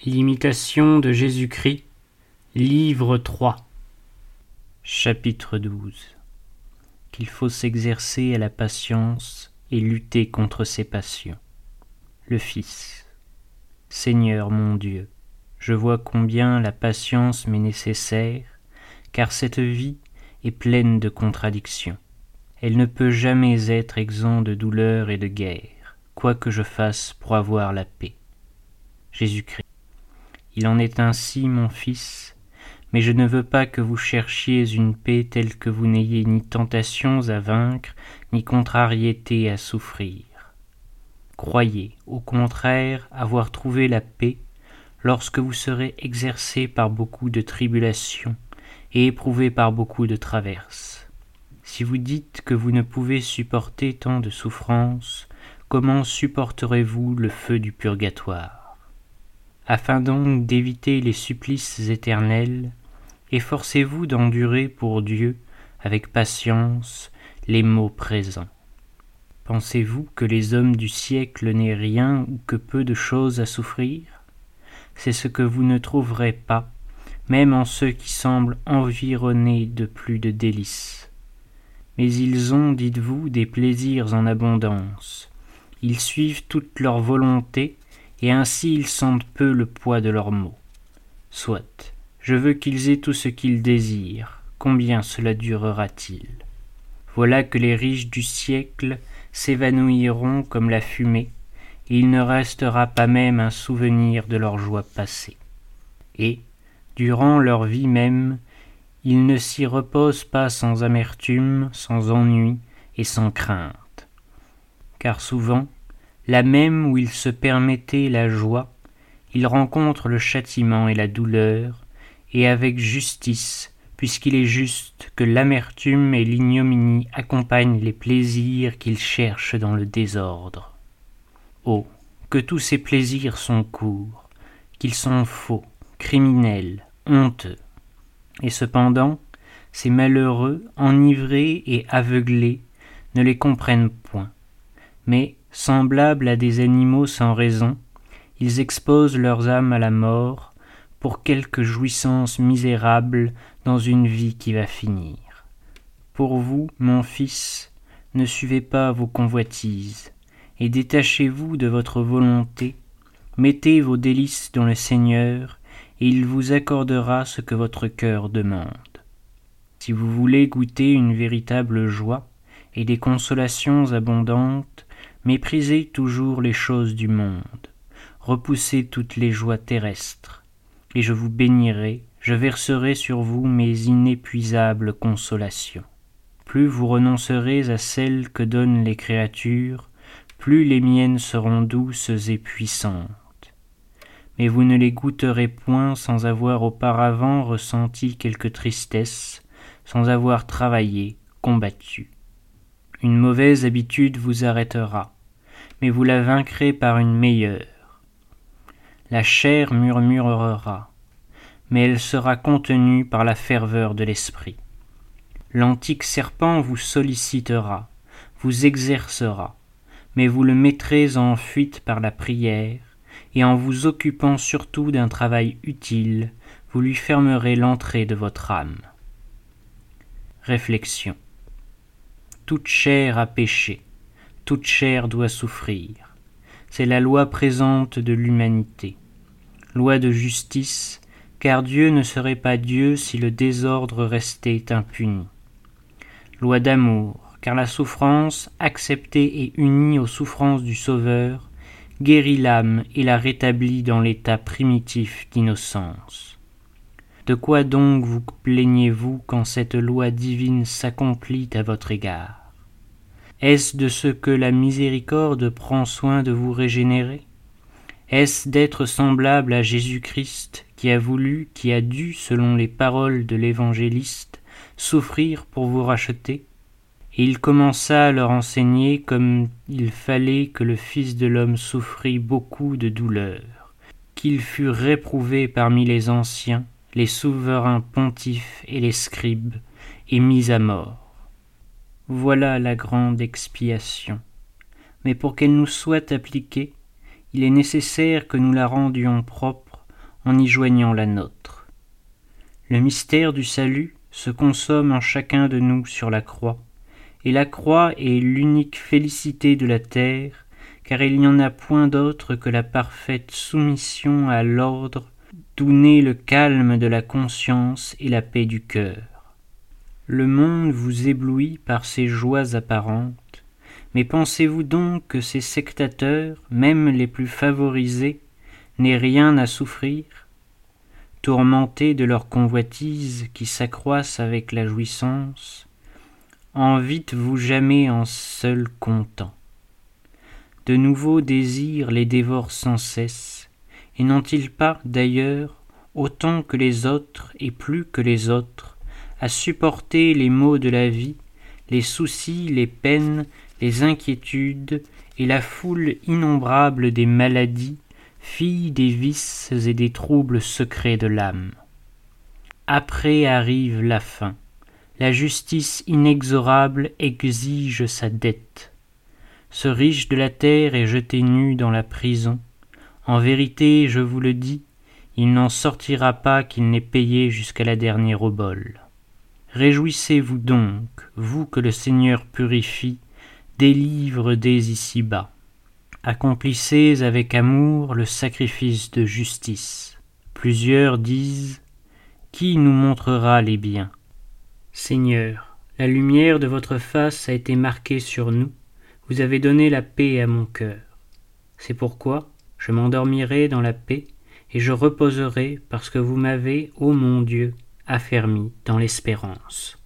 L'imitation de Jésus-Christ, livre 3, chapitre 12. Qu'il faut s'exercer à la patience et lutter contre ses passions. Le Fils. Seigneur mon Dieu, je vois combien la patience m'est nécessaire, car cette vie est pleine de contradictions. Elle ne peut jamais être exempte de douleur et de guerre, quoi que je fasse pour avoir la paix. Jésus-Christ. Il en est ainsi, mon fils, mais je ne veux pas que vous cherchiez une paix telle que vous n'ayez ni tentations à vaincre, ni contrariétés à souffrir. Croyez, au contraire, avoir trouvé la paix lorsque vous serez exercé par beaucoup de tribulations et éprouvé par beaucoup de traverses. Si vous dites que vous ne pouvez supporter tant de souffrances, comment supporterez-vous le feu du purgatoire ? Afin donc d'éviter les supplices éternels, efforcez-vous d'endurer pour Dieu, avec patience, les maux présents. Pensez-vous que les hommes du siècle n'aient rien ou que peu de choses à souffrir ? C'est ce que vous ne trouverez pas, même en ceux qui semblent environnés de plus de délices. Mais ils ont, dites-vous, des plaisirs en abondance. Ils suivent toute leur volonté, et ainsi ils sentent peu le poids de leurs maux. Soit, je veux qu'ils aient tout ce qu'ils désirent, combien cela durera-t-il ? Voilà que les riches du siècle s'évanouiront comme la fumée, et il ne restera pas même un souvenir de leur joie passée. Et, durant leur vie même, ils ne s'y reposent pas sans amertume, sans ennui et sans crainte. Car souvent, là même où ils se permettaient la joie, ils rencontrent le châtiment et la douleur, et avec justice, puisqu'il est juste que l'amertume et l'ignominie accompagnent les plaisirs qu'ils cherchent dans le désordre. Oh, que tous ces plaisirs sont courts, qu'ils sont faux, criminels, honteux. Et cependant, ces malheureux, enivrés et aveuglés, ne les comprennent point, mais, semblables à des animaux sans raison, ils exposent leurs âmes à la mort pour quelque jouissance misérable dans une vie qui va finir. Pour vous, mon fils, ne suivez pas vos convoitises, et détachez-vous de votre volonté, mettez vos délices dans le Seigneur, et il vous accordera ce que votre cœur demande. Si vous voulez goûter une véritable joie et des consolations abondantes, méprisez toujours les choses du monde, repoussez toutes les joies terrestres, et je vous bénirai, je verserai sur vous mes inépuisables consolations. Plus vous renoncerez à celles que donnent les créatures, plus les miennes seront douces et puissantes. Mais vous ne les goûterez point sans avoir auparavant ressenti quelque tristesse, sans avoir travaillé, combattu. Une mauvaise habitude vous arrêtera, mais vous la vaincrez par une meilleure. La chair murmurera, mais elle sera contenue par la ferveur de l'esprit. L'antique serpent vous sollicitera, vous exercera, mais vous le mettrez en fuite par la prière, et en vous occupant surtout d'un travail utile, vous lui fermerez l'entrée de votre âme. Réflexion. Toute chair a péché, toute chair doit souffrir. C'est la loi présente de l'humanité. Loi de justice, car Dieu ne serait pas Dieu si le désordre restait impuni. Loi d'amour, car la souffrance, acceptée et unie aux souffrances du Sauveur, guérit l'âme et la rétablit dans l'état primitif d'innocence. De quoi donc vous plaignez-vous quand cette loi divine s'accomplit à votre égard ? Est-ce de ce que la miséricorde prend soin de vous régénérer ? Est-ce d'être semblable à Jésus-Christ qui a voulu, qui a dû, selon les paroles de l'évangéliste, souffrir pour vous racheter ? Et il commença à leur enseigner comme il fallait que le Fils de l'homme souffrit beaucoup de douleurs, qu'il fût réprouvé parmi les anciens, les souverains pontifes et les scribes, et mis à mort. Voilà la grande expiation. Mais pour qu'elle nous soit appliquée, il est nécessaire que nous la rendions propre en y joignant la nôtre. Le mystère du salut se consomme en chacun de nous sur la croix, et la croix est l'unique félicité de la terre, car il n'y en a point d'autre que la parfaite soumission à l'ordre, d'où naît le calme de la conscience et la paix du cœur. Le monde vous éblouit par ses joies apparentes, mais pensez-vous donc que ces sectateurs, même les plus favorisés, n'aient rien à souffrir? Tourmentés de leurs convoitises qui s'accroissent avec la jouissance, envites-vous jamais en seul content. De nouveaux désirs les dévorent sans cesse, et n'ont-ils pas, d'ailleurs, autant que les autres et plus que les autres, à supporter les maux de la vie, les soucis, les peines, les inquiétudes et la foule innombrable des maladies, filles des vices et des troubles secrets de l'âme. Après arrive la fin. La justice inexorable exige sa dette. Ce riche de la terre est jeté nu dans la prison. En vérité, je vous le dis, il n'en sortira pas qu'il n'ait payé jusqu'à la dernière obole. Réjouissez-vous donc, vous que le Seigneur purifie, délivre dès ici-bas. Accomplissez avec amour le sacrifice de justice. Plusieurs disent « Qui nous montrera les biens ?» Seigneur, la lumière de votre face a été marquée sur nous, vous avez donné la paix à mon cœur. C'est pourquoi je m'endormirai dans la paix et je reposerai parce que vous m'avez, ô mon Dieu, affermi dans l'espérance.